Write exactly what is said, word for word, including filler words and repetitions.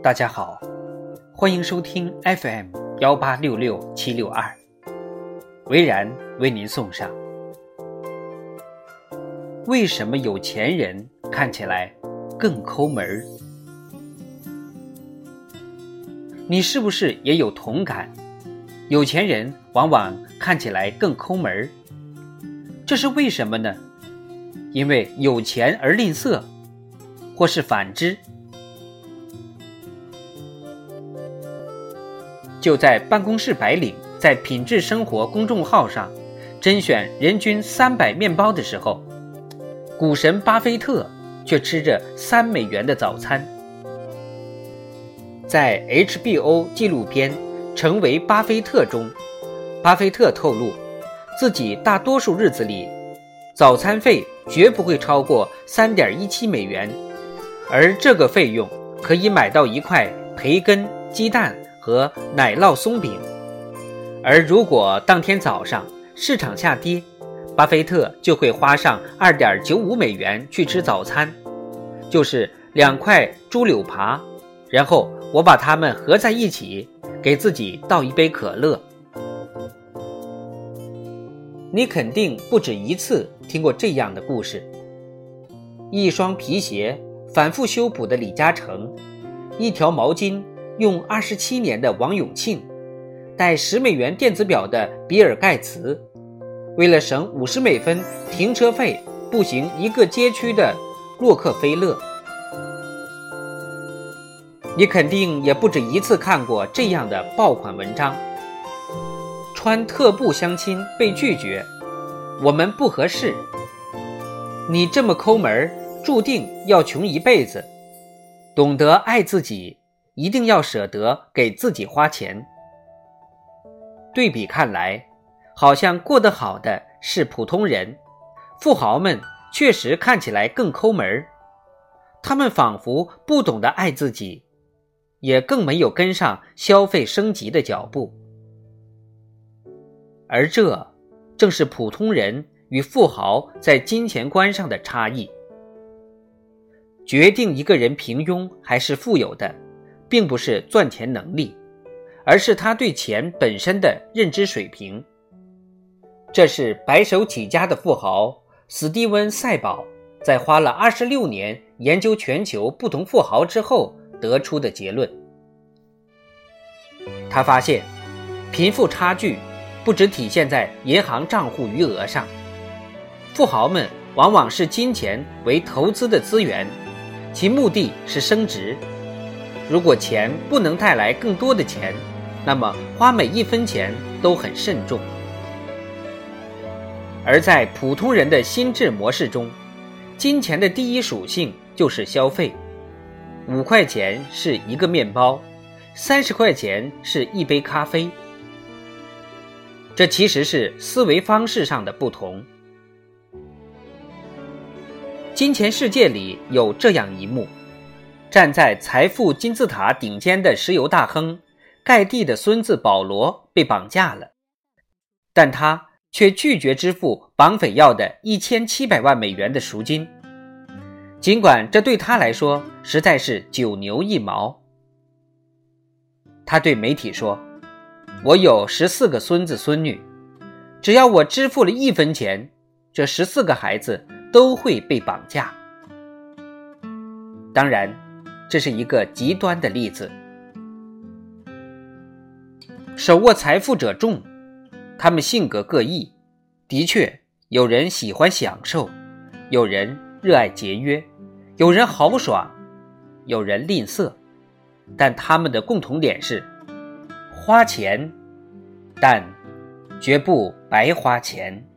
大家好，欢迎收听 F M 一八六六七六二，维然为您送上。为什么有钱人看起来更抠门？你是不是也有同感？有钱人往往看起来更抠门，这是为什么呢？因为有钱而吝啬，或是反之。就在办公室白领在品质生活公众号上甄选人均三百面包的时候，股神巴菲特却吃着三美元的早餐。在 H B O 纪录片《成为巴菲特》中，巴菲特透露自己大多数日子里早餐费绝不会超过 三点一七美元，而这个费用可以买到一块培根、鸡蛋和奶酪松饼。而如果当天早上市场下跌，巴菲特就会花上 二点九五美元去吃早餐，就是两块猪柳扒，然后我把它们合在一起，给自己倒一杯可乐。你肯定不止一次听过这样的故事：一双皮鞋反复修补的李嘉诚，一条毛巾用二十七年的王永庆，带十美元电子表的比尔盖茨，为了省五十美分停车费步行一个街区的洛克菲勒。你肯定也不止一次看过这样的爆款文章：穿特步相亲被拒绝，我们不合适，你这么抠门，注定要穷一辈子，懂得爱自己，一定要舍得给自己花钱。对比看来，好像过得好的是普通人，富豪们确实看起来更抠门，他们仿佛不懂得爱自己，也更没有跟上消费升级的脚步。而这正是普通人与富豪在金钱观上的差异。决定一个人平庸还是富有的，并不是赚钱能力，而是他对钱本身的认知水平。这是白手起家的富豪史蒂文·塞堡在花了二十六年研究全球不同富豪之后得出的结论。他发现，贫富差距不只体现在银行账户余额上，富豪们往往视金钱为投资的资源，其目的是升值。如果钱不能带来更多的钱，那么花每一分钱都很慎重。而在普通人的心智模式中，金钱的第一属性就是消费。五块钱是一个面包，三十块钱是一杯咖啡。这其实是思维方式上的不同。金钱世界里有这样一幕：站在财富金字塔顶尖的石油大亨盖蒂的孙子保罗被绑架了，但他却拒绝支付绑匪要的一千七百万美元的赎金，尽管这对他来说实在是九牛一毛。他对媒体说：我有十四个孙子孙女，只要我支付了一分钱，这十四个孩子都会被绑架。当然，这是一个极端的例子。手握财富者众，他们性格各异，的确，有人喜欢享受，有人热爱节约，有人豪爽，有人吝啬，但他们的共同点是花钱，但绝不白花钱。